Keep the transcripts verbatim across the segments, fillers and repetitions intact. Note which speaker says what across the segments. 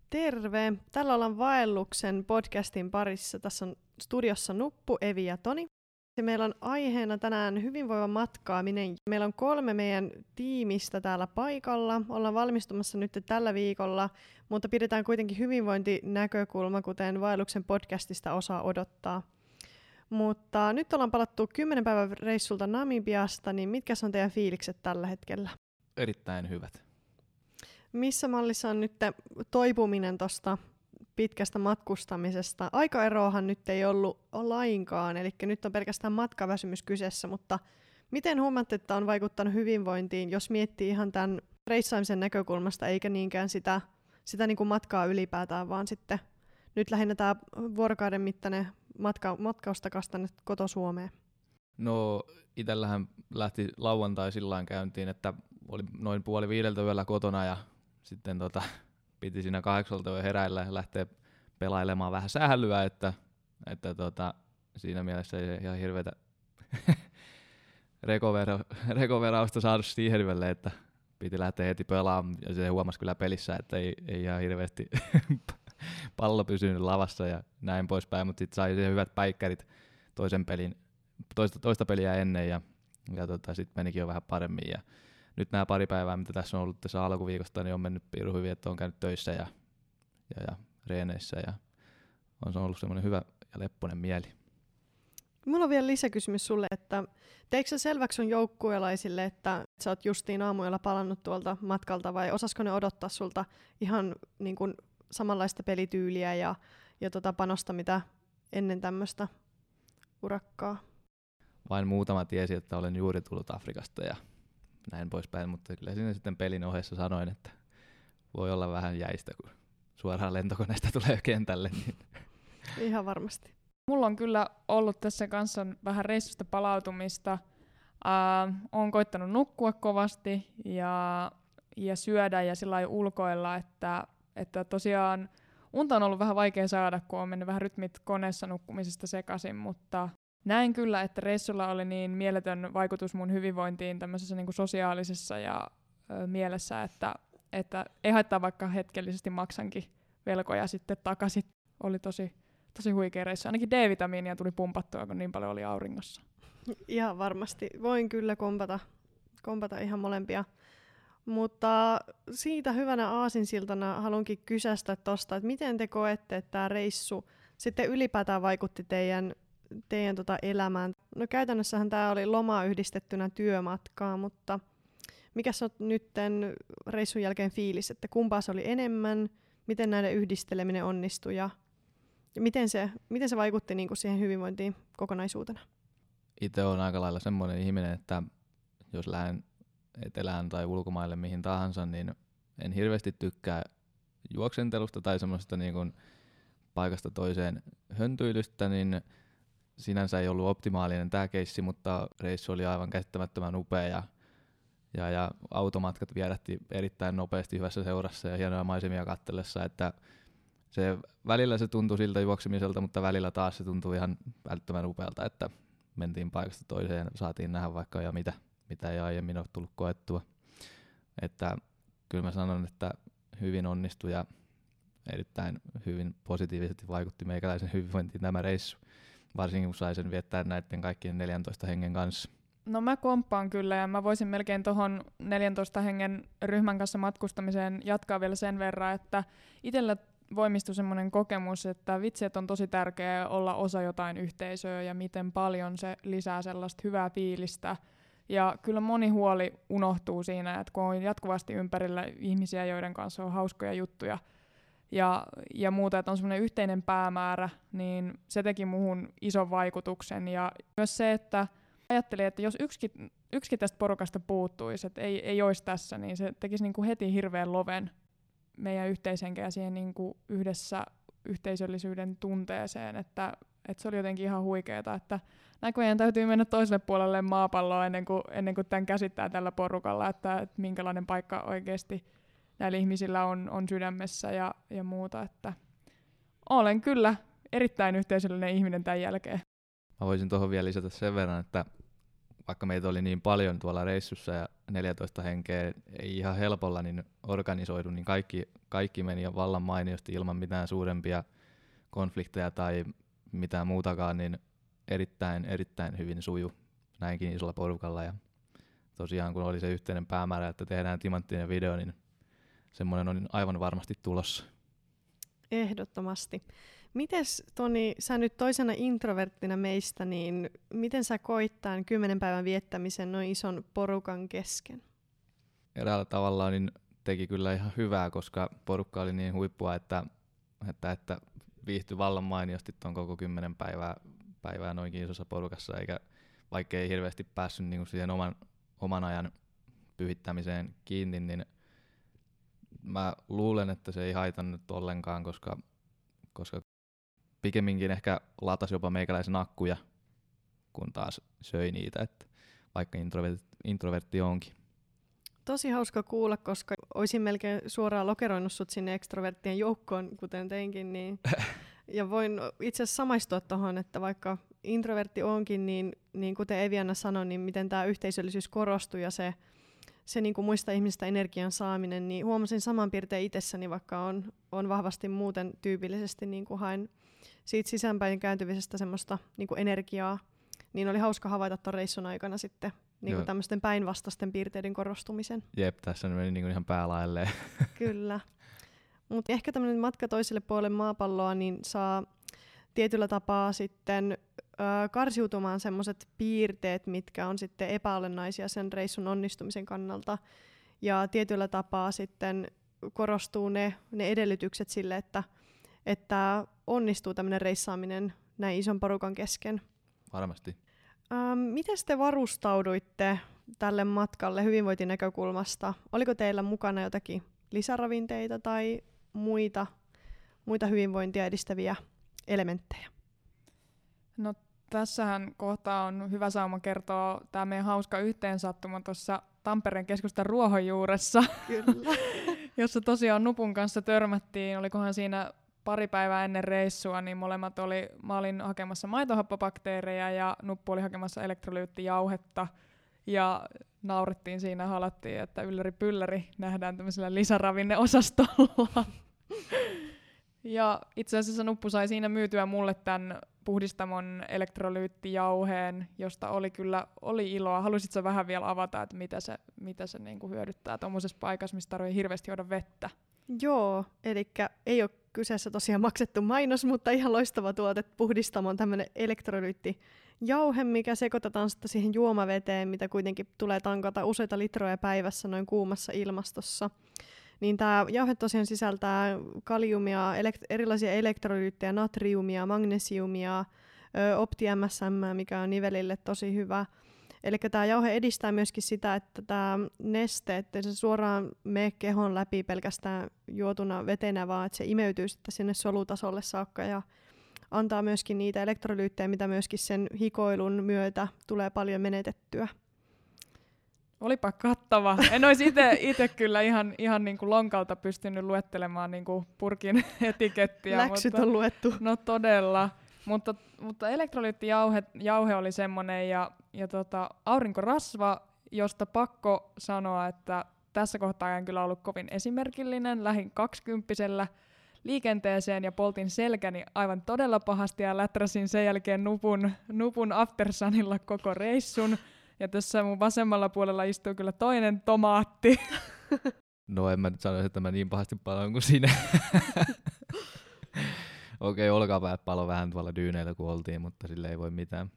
Speaker 1: Terve! Tällä ollaan Vaelluksen podcastin parissa. Tässä on studiossa Nuppu, Evi ja Toni. Ja meillä on aiheena tänään hyvinvoiva matkaaminen. Meillä on kolme meidän tiimistä täällä paikalla. Ollaan valmistumassa nyt tällä viikolla, mutta pidetään kuitenkin hyvinvointinäkökulma, kuten Vaelluksen podcastista osaa odottaa. Mutta nyt ollaan palattu kymmenen päivän reissulta Namibiasta, niin mitkä on teidän fiilikset tällä hetkellä?
Speaker 2: Erittäin hyvät.
Speaker 1: Missä mallissa on nyt toipuminen tuosta pitkästä matkustamisesta? Aikaeroahan nyt ei ollut lainkaan, eli nyt on pelkästään matkaväsymys kyseessä, mutta miten huomaatte, että on vaikuttanut hyvinvointiin, jos miettii ihan tämän reissaamisen näkökulmasta, eikä niinkään sitä, sitä niin kuin matkaa ylipäätään, vaan sitten nyt lähinnä tämä vuorokauden mittainen matka, matkaus takaisin tänne koto-Suomeen?
Speaker 2: No itsellähän lähti lauantai sillaan käyntiin, että oli noin puoli viideltä yöllä kotona ja sitten tota, piti siinä kahdeksalta jo heräillä ja lähteä pelailemaan vähän sählyä, että, että tota, siinä mielessä ei ihan hirveätä rekovera- rekoverausta saada siihen yölle, että piti lähteä heti pelaamaan ja se huomasi kyllä pelissä, että ei, ei ihan hirveästi pallo pysynyt lavassa ja näin poispäin, mutta sitten sai siihen hyvät päikkärit toisen pelin, toista, toista peliä ennen ja, ja tota, sitten menikin jo vähän paremmin. Ja nyt nämä pari päivää, mitä tässä on ollut tässä alkuviikosta, niin on mennyt piirun hyvin, että on käynyt töissä ja, ja, ja reeneissä ja on se ollut semmoinen hyvä ja leppoinen mieli.
Speaker 1: Mulla on vielä lisäkysymys sulle, että teikö sä selväksi sun joukkueelaisille, että sä oot justiin aamuyöllä palannut tuolta matkalta vai osasko ne odottaa sulta ihan niin kuin samanlaista pelityyliä ja, ja tota panosta, mitä ennen tämmöistä urakkaa?
Speaker 2: Vain muutama tiesi, että olen juuri tullut Afrikasta ja näin poispäin, mutta kyllä siinä sitten pelin ohessa sanoin, että voi olla vähän jäistä, kun suoraan lentokoneesta tulee kentälle. Niin.
Speaker 1: Ihan varmasti.
Speaker 3: Mulla on kyllä ollut tässä kanssa vähän reissusta palautumista. Äh, Olen koittanut nukkua kovasti ja, ja syödä ja sillä lailla ulkoilla, että, että tosiaan unta on ollut vähän vaikea saada, kun on mennyt vähän rytmit koneessa nukkumisesta sekaisin, mutta näin kyllä, että reissulla oli niin mieletön vaikutus mun hyvinvointiin tämmöisessä niin kuin sosiaalisessa ja ö, mielessä, että, että ei haittaa vaikka hetkellisesti maksankin velkoja sitten takaisin. Oli tosi, tosi huikea reissu. Ainakin D-vitamiinia tuli pumpattua, kun niin paljon oli auringossa.
Speaker 1: Ihan varmasti. Voin kyllä kompata, kompata ihan molempia. Mutta siitä hyvänä aasinsiltana haluankin kysästä tuosta, että miten te koette, että tämä reissu sitten ylipäätään vaikutti teidän teidän tota elämään. No käytännössähän tämä oli lomaa yhdistettynä työmatkaa, mutta mikä on nyt reissun jälkeen fiilis, että kumpaa se oli enemmän, miten näiden yhdisteleminen onnistui ja, ja miten, se, miten se vaikutti niin kuin siihen hyvinvointiin kokonaisuutena?
Speaker 2: Itse olen aika lailla semmoinen ihminen, että jos lähden etelään tai ulkomaille mihin tahansa, niin en hirveästi tykkää juoksentelusta tai semmoista niin kuin paikasta toiseen höntyilystä, niin sinänsä ei ollut optimaalinen tämä keissi, mutta reissu oli aivan käsittämättömän upea ja, ja, ja automatkat vierähti erittäin nopeasti hyvässä seurassa ja hienoja maisemia katsellessa, että se, välillä se tuntui siltä juoksemiselta, mutta välillä taas se tuntui ihan välttämättömän upealta, että mentiin paikasta toiseen, saatiin nähdä vaikka ja mitä, mitä ei aiemmin ole tullut koettua. Että kyllä mä sanon, että hyvin onnistui ja erittäin hyvin positiivisesti vaikutti meikäläisen hyvinvointiin tämä reissu. Varsinkin kun sai sen viettää näiden kaikkien neljäntoista hengen kanssa.
Speaker 3: No mä komppaan kyllä ja mä voisin melkein tuohon neljäntoista hengen ryhmän kanssa matkustamiseen jatkaa vielä sen verran, että itsellä voimistui semmoinen kokemus, että vitsi, että on tosi tärkeää olla osa jotain yhteisöä ja miten paljon se lisää sellaista hyvää fiilistä. Ja kyllä moni huoli unohtuu siinä, että kun on jatkuvasti ympärillä ihmisiä, joiden kanssa on hauskoja juttuja, Ja, ja muuta, että on semmoinen yhteinen päämäärä, niin se teki muhun ison vaikutuksen. Ja myös se, että ajattelin, että jos yksikin, yksikin tästä porukasta puuttuisi, että ei, ei olisi tässä, niin se tekisi niinku heti hirveän loven meidän yhteishenkeä siihen niinku yhdessä yhteisöllisyyden tunteeseen. Että, että se oli jotenkin ihan huikeeta, että näköjään täytyy mennä toiselle puolelle maapalloa ennen kuin, ennen kuin tämän käsittää tällä porukalla, että, että minkälainen paikka oikeasti näillä ihmisillä on, on sydämessä ja, ja muuta, että olen kyllä erittäin yhteisöllinen ihminen tämän jälkeen.
Speaker 2: Mä voisin tuohon vielä lisätä sen verran, että vaikka meitä oli niin paljon tuolla reissussa ja neljätoista henkeä ei ihan helpolla niin organisoidu, niin kaikki, kaikki meni jo vallan mainiosti ilman mitään suurempia konflikteja tai mitään muutakaan, niin erittäin, erittäin hyvin suju näinkin isolla porukalla. Ja tosiaan kun oli se yhteinen päämäärä, että tehdään timanttinen video, niin semmoinen on aivan varmasti tulossa.
Speaker 1: Ehdottomasti. Mites Toni, sä nyt toisena introverttina meistä, niin miten sä koit tämän kymmenen päivän viettämisen noin ison porukan kesken?
Speaker 2: Eräällä tavalla niin teki kyllä ihan hyvää, koska porukka oli niin huippua, että, että, että viihtyi vallan mainiosti tuon koko kymmenen päivää, päivää noinkin isossa porukassa, eikä vaikka ei hirveästi päässyt niin kuin siihen oman, oman ajan pyhittämiseen kiinni, niin mä luulen, että se ei haitannut ollenkaan, koska, koska pikemminkin ehkä latasi jopa meikäläisen akkuja, kun taas söi niitä, että vaikka introvertti, introvertti onkin.
Speaker 1: Tosi hauska kuulla, koska olisin melkein suoraan lokeroinut sut sinne ekstroverttien joukkoon, kuten teinkin. Niin. Ja voin itse asiassa samaistua tuohon, että vaikka introvertti onkin, niin, niin kuten Evianna sanoi, niin miten tämä yhteisöllisyys korostui ja se, se niin kuin muista ihmistä energian saaminen, niin huomasin saman piirtein itsessäni, vaikka on, on vahvasti muuten tyypillisesti niin kuin hain siitä sisäänpäin kääntymisestä semmoista niin kuin energiaa, niin oli hauska havaita tuon reissun aikana sitten niin kuin tämmöisten päinvastaisten piirteiden korostumisen.
Speaker 2: Jep, tässä meni niin kuin ihan päälailleen.
Speaker 1: Kyllä. Mutta ehkä tämmöinen matka toiselle puolelle maapalloa niin saa tietyllä tapaa sitten ö, karsiutumaan semmoiset piirteet, mitkä on sitten epäolennaisia sen reissun onnistumisen kannalta. Ja tietyllä tapaa sitten korostuu ne, ne edellytykset sille, että, että onnistuu tämmöinen reissaaminen näin ison porukan kesken.
Speaker 2: Varmasti.
Speaker 1: Ähm, miten te varustauduitte tälle matkalle hyvinvointinäkökulmasta? Oliko teillä mukana jotakin lisäravinteita tai muita, muita hyvinvointia edistäviä elementtejä?
Speaker 3: No tässähän kohtaa on hyvä sauma kertoa tämä meidän hauska yhteensattuma tuossa Tampereen keskustan ruohonjuuressa,
Speaker 1: Kyllä.
Speaker 3: jossa tosiaan Nupun kanssa törmättiin, olikohan siinä pari päivää ennen reissua, niin molemmat oli, mä olin hakemassa maitohappobakteereja ja Nuppu oli hakemassa elektrolyyttijauhetta ja naurettiin siinä, halattiin, että ylläri pylläri nähdään tämmöisellä lisäravinneosastolla. Ja itse asiassa Nuppu sai siinä myytyä mulle tämän puhdistamon elektrolyyttijauheen, josta oli kyllä oli iloa. Haluaisitko vähän vielä avata, että mitä se, mitä se niinku hyödyttää tuommoisessa paikassa, missä tarvitsee hirveästi juoda vettä?
Speaker 1: Joo, eli ei ole kyseessä tosiaan maksettu mainos, mutta ihan loistava tuote puhdistamon tämmöinen elektrolyyttijauhe, mikä sekoitetaan sitten siihen juomaveteen, mitä kuitenkin tulee tankata useita litroja päivässä noin kuumassa ilmastossa. Niin tämä jauhe tosiaan sisältää kaliumia, elekt- erilaisia elektrolyyttejä, natriumia, magnesiumia, ö, Opti-M S M, mikä on nivelille tosi hyvä. Eli tämä jauhe edistää myöskin sitä, että tämä neste, ettei se suoraan mene kehon läpi pelkästään juotuna vetenä, vaan että se imeytyy sitten sinne solutasolle saakka ja antaa myöskin niitä elektrolyyttejä, mitä myöskin sen hikoilun myötä tulee paljon menetettyä.
Speaker 3: Olipa kattava. En olisi itse kyllä ihan, ihan niin kuin lonkalta pystynyt luettelemaan niin kuin purkin etikettiä.
Speaker 1: Läksyt
Speaker 3: mutta,
Speaker 1: on luettu.
Speaker 3: No todella. Mutta, mutta elektrolyyttijauhe jauhe oli semmoinen ja, ja tota, aurinkorasva, josta pakko sanoa, että tässä kohtaa en kyllä ollut kovin esimerkillinen. Lähin kaksikymppisellä liikenteeseen ja poltin selkäni aivan todella pahasti ja läträsin sen jälkeen nupun, nupun aftersunilla koko reissun. Ja tässä mun vasemmalla puolella istuu kyllä toinen tomaatti.
Speaker 2: No en mä nyt sanoisi, että mä niin pahasti paloin kuin sinä. Okei, okay, olkapäät palo vähän tuolla dyyneillä kun oltiin, mutta sille ei voi mitään.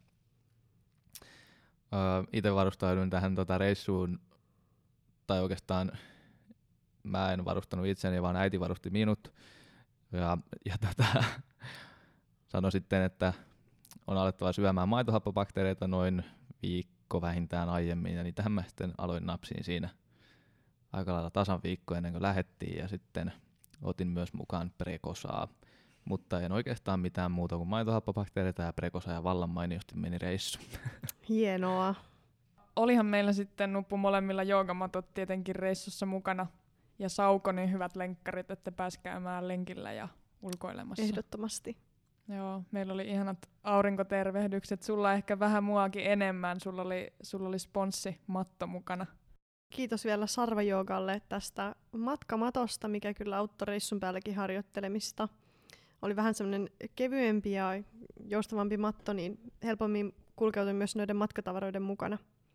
Speaker 2: Öö, itse varustauduin tähän tota reissuun, tai oikeastaan mä en varustanut itseni, vaan äiti varusti minut. Ja, ja tota, sanoi sitten, että on alettava syömään maitohappobakteereita noin viikko vähintään aiemmin, ja niitähän mä sitten aloin napsiin siinä aika lailla tasan viikko ennen kuin lähettiin, ja sitten otin myös mukaan prekosaa. Mutta en oikeastaan mitään muuta kuin maitohappobakteereita ja prekosa ja vallan mainiosti meni reissu.
Speaker 1: Hienoa.
Speaker 3: Olihan meillä sitten Nuppu molemmilla joogamatot tietenkin reissussa mukana ja Sauko niin hyvät lenkkarit, että pääsi käymään lenkillä ja ulkoilemassa.
Speaker 1: Ehdottomasti.
Speaker 3: Joo, meillä oli ihanat aurinkotervehdykset. Sulla ehkä vähän muakin enemmän. Sulla oli, sulla oli sponssimatto mukana.
Speaker 1: kiitos vielä Sarvajoogalle tästä matkamatosta, mikä kyllä auttoi reissun päälläkin harjoittelemista. Oli vähän semmoinen kevyempi ja joustavampi matto, niin helpommin kulkeutui myös noiden matkatavaroiden mukana.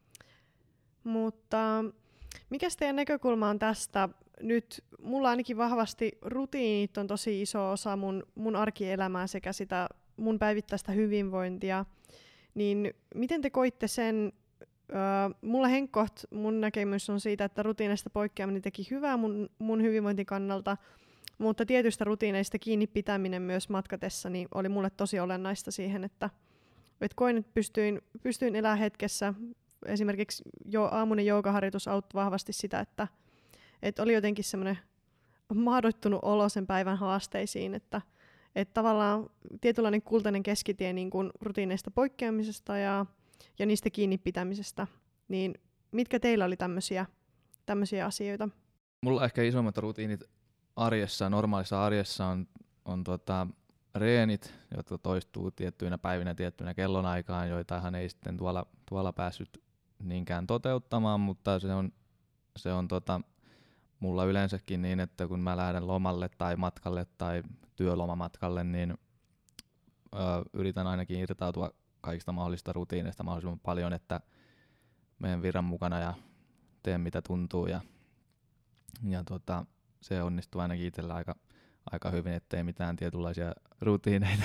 Speaker 1: Mutta mikäs teidän näkökulma on tästä? Nyt mulla ainakin vahvasti rutiinit on tosi iso osa mun, mun arkielämää sekä sitä mun päivittäistä hyvinvointia. Niin miten te koitte sen? Öö, mulla henkkoht mun näkemys on siitä, että rutiineista poikkeaminen teki hyvää mun, mun hyvinvointin kannalta, mutta tietystä rutiineista kiinni pitäminen myös matkatessa niin oli mulle tosi olennaista siihen, että, että koin, että pystyin, pystyin elämään hetkessä. Esimerkiksi jo aamuinen joogaharjoitus auttoi vahvasti sitä, että, että oli jotenkin semmoinen mahdottunut olo sen päivän haasteisiin, että, että tavallaan tietynlainen kultainen keskitie niin kuin rutiineista poikkeamisesta ja, ja niistä kiinni pitämisestä. Niin mitkä teillä oli tämmöisiä, tämmöisiä asioita?
Speaker 2: Mulla ehkä isommat rutiinit arjessa, normaalissa arjessa on, on tota, reenit, jotka toistuu tiettyinä päivinä tiettyinä kellonaikaan, joitahan ei sitten tuolla, tuolla päässyt niinkään toteuttamaan, mutta se on, se on tota, mulla yleensäkin niin, että kun mä lähden lomalle tai matkalle tai työlomamatkalle, niin ö, yritän ainakin irtautua kaikista mahdollisista rutiineista mahdollisimman paljon, että menen virran mukana ja teen mitä tuntuu ja, ja tota, se onnistuu ainakin itsellä aika, aika hyvin, ettei mitään tietynlaisia rutiineita.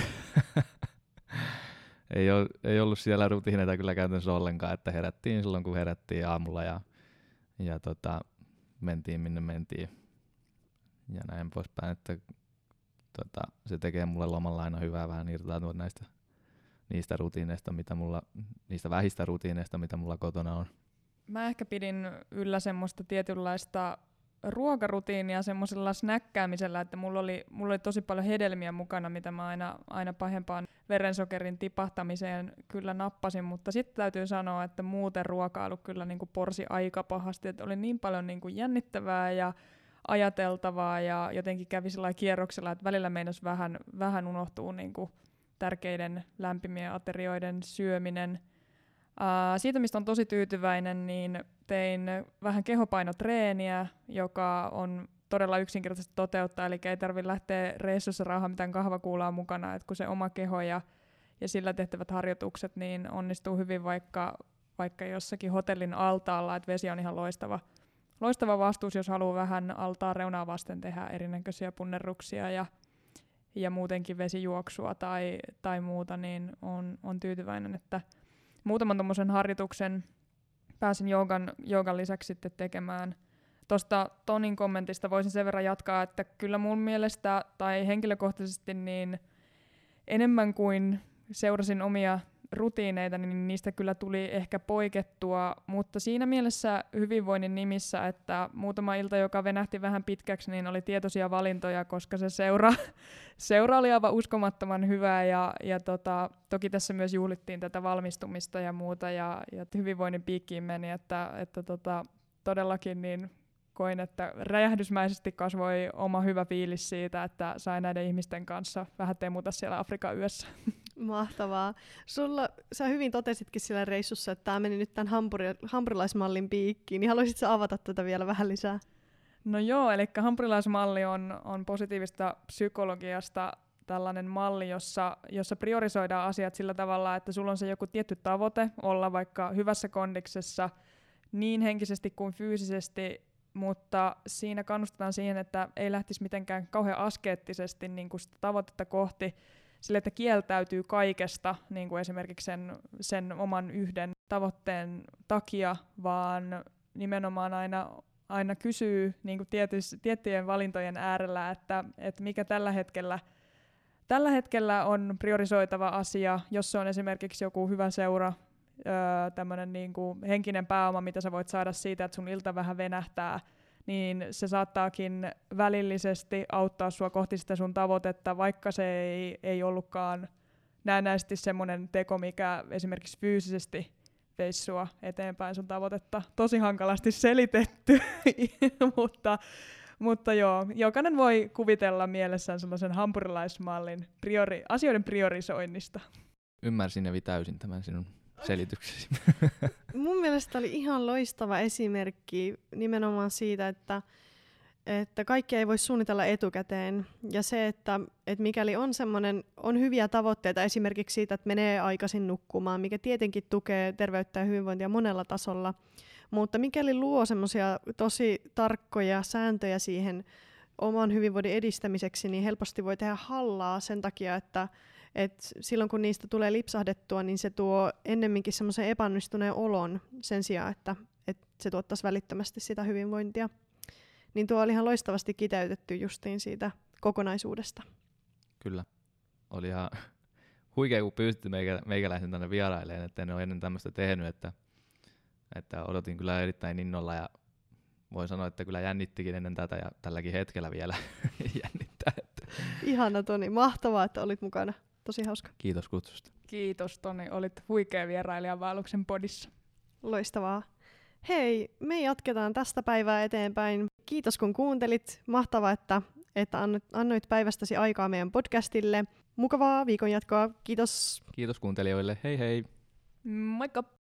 Speaker 2: ei, ole, ei ollut siellä rutiineita kyllä käytännössä ollenkaan, että herättiin silloin kun herättiin aamulla ja, ja tota, mentiin minne mentiin ja näin poispäin, että tota, se tekee mulle lomalla aina hyvää vähän irtautua näistä niistä rutiineista, mitä mulla, niistä vähistä rutiineista, mitä mulla kotona on.
Speaker 3: Mä ehkä pidin yllä semmoista tietynlaista ruokarutiinia semmoisella snäkkäämisellä, että mulla oli, mulla oli tosi paljon hedelmiä mukana, mitä mä aina, aina pahempaan verensokerin tipahtamiseen kyllä nappasin, mutta sitten täytyy sanoa, että muuten ruokailu kyllä niinku porsi aika pahasti, että oli niin paljon niinku jännittävää ja ajateltavaa ja jotenkin kävi sillä kierroksella, että välillä meinasi vähän, vähän unohtuu niinku tärkeiden lämpimien aterioiden syöminen. Uh, siitä, mistä on tosi tyytyväinen, niin tein vähän kehopainotreeniä, joka on todella yksinkertaisesti toteuttaa, eli ei tarvitse lähteä reissussa rauhaa mitään kahvakuulaa mukana, että kun se oma keho ja, ja sillä tehtävät harjoitukset niin onnistuu hyvin vaikka, vaikka jossakin hotellin altaalla, että vesi on ihan loistava, loistava vastuus, jos haluaa vähän altaan reunaa vasten tehdä erinäköisiä punnerruksia ja, ja muutenkin vesijuoksua tai, tai muuta, niin on, on tyytyväinen, että muutaman tommosen harjoituksen pääsin joogan, joogan lisäksi sitten tekemään. Tuosta Tonin kommentista voisin sen verran jatkaa, että kyllä mun mielestä tai henkilökohtaisesti niin enemmän kuin seurasin omia rutiineita, niin niistä kyllä tuli ehkä poikettua, mutta siinä mielessä hyvinvoinnin nimissä, että muutama ilta, joka venähti vähän pitkäksi, niin oli tietoisia valintoja, koska se seura, seura oli aivan uskomattoman hyvää ja, ja tota, toki tässä myös juhlittiin tätä valmistumista ja muuta ja, ja hyvinvoinnin piikkiin meni, että, että tota, todellakin niin koin, että räjähdysmäisesti kasvoi oma hyvä fiilis siitä, että sai näiden ihmisten kanssa vähän temuta siellä Afrikan yössä.
Speaker 1: Mahtavaa. Sulla, sä hyvin totesitkin siellä reissussa, että tämä meni nyt tämän hampuri, hampurilaismallin piikkiin, niin haluaisitko avata tätä vielä vähän lisää?
Speaker 3: No joo, eli hampurilaismalli on, on positiivista psykologiasta tällainen malli, jossa, jossa priorisoidaan asiat sillä tavalla, että sulla on se joku tietty tavoite olla vaikka hyvässä kondiksessa niin henkisesti kuin fyysisesti, mutta siinä kannustetaan siihen, että ei lähtisi mitenkään kauhean askeettisesti niin kuin sitä tavoitetta kohti, sille, että kieltäytyy kaikesta, niin kuin esimerkiksi sen, sen oman yhden tavoitteen takia, vaan nimenomaan aina, aina kysyy niin kuin tietys, tiettyjen valintojen äärellä, että, että mikä tällä hetkellä, tällä hetkellä on priorisoitava asia, jos se on esimerkiksi joku hyvä seura, öö, tämmöinen niin kuin henkinen pääoma, mitä sä voit saada siitä, että sun ilta vähän venähtää, niin se saattaakin välillisesti auttaa sua kohti sitä sun tavoitetta, vaikka se ei, ei ollutkaan näennäisesti semmoinen teko, mikä esimerkiksi fyysisesti veisi sua eteenpäin sun tavoitetta. Tosi hankalasti selitetty, mutta, mutta joo, jokainen voi kuvitella mielessään sellaisen hampurilaismallin priori, asioiden priorisoinnista.
Speaker 2: Ymmärsin ja täysin tämän sinun selityksesi.
Speaker 1: Mun mielestä oli ihan loistava esimerkki nimenomaan siitä, että, että kaikkea ei voi suunnitella etukäteen. Ja se, että, että mikäli on, semmoinen, on hyviä tavoitteita esimerkiksi siitä, että menee aikaisin nukkumaan, mikä tietenkin tukee terveyttä ja hyvinvointia monella tasolla, mutta mikäli luo semmoisia tosi tarkkoja sääntöjä siihen oman hyvinvoinnin edistämiseksi, niin helposti voi tehdä hallaa sen takia, että et silloin kun niistä tulee lipsahdettua, niin se tuo ennemminkin semmoisen epäonnistuneen olon sen sijaan, että et se tuottaisi välittömästi sitä hyvinvointia. Niin tuo oli ihan loistavasti kiteytetty justiin siitä kokonaisuudesta.
Speaker 2: Kyllä. Oli ihan huikea, kun pyysitte meikä, meikäläisen tänne vieraileen, että en ole ennen tämmöistä tehnyt, että, että odotin kyllä erittäin innolla ja voin sanoa, että kyllä jännittikin ennen tätä ja tälläkin hetkellä vielä jännittää. Että.
Speaker 1: Ihana Toni, mahtavaa, että olit mukana. Tosi hauska.
Speaker 2: Kiitos kutsusta.
Speaker 3: Kiitos Toni, olit huikea vierailija Vaelluksen podissa.
Speaker 1: Loistavaa. Hei, me jatketaan tästä päivää eteenpäin. Kiitos kun kuuntelit. Mahtavaa, että, että annoit päivästäsi aikaa meidän podcastille. Mukavaa viikon jatkoa. Kiitos.
Speaker 2: Kiitos kuuntelijoille. Hei hei.
Speaker 3: Moikka!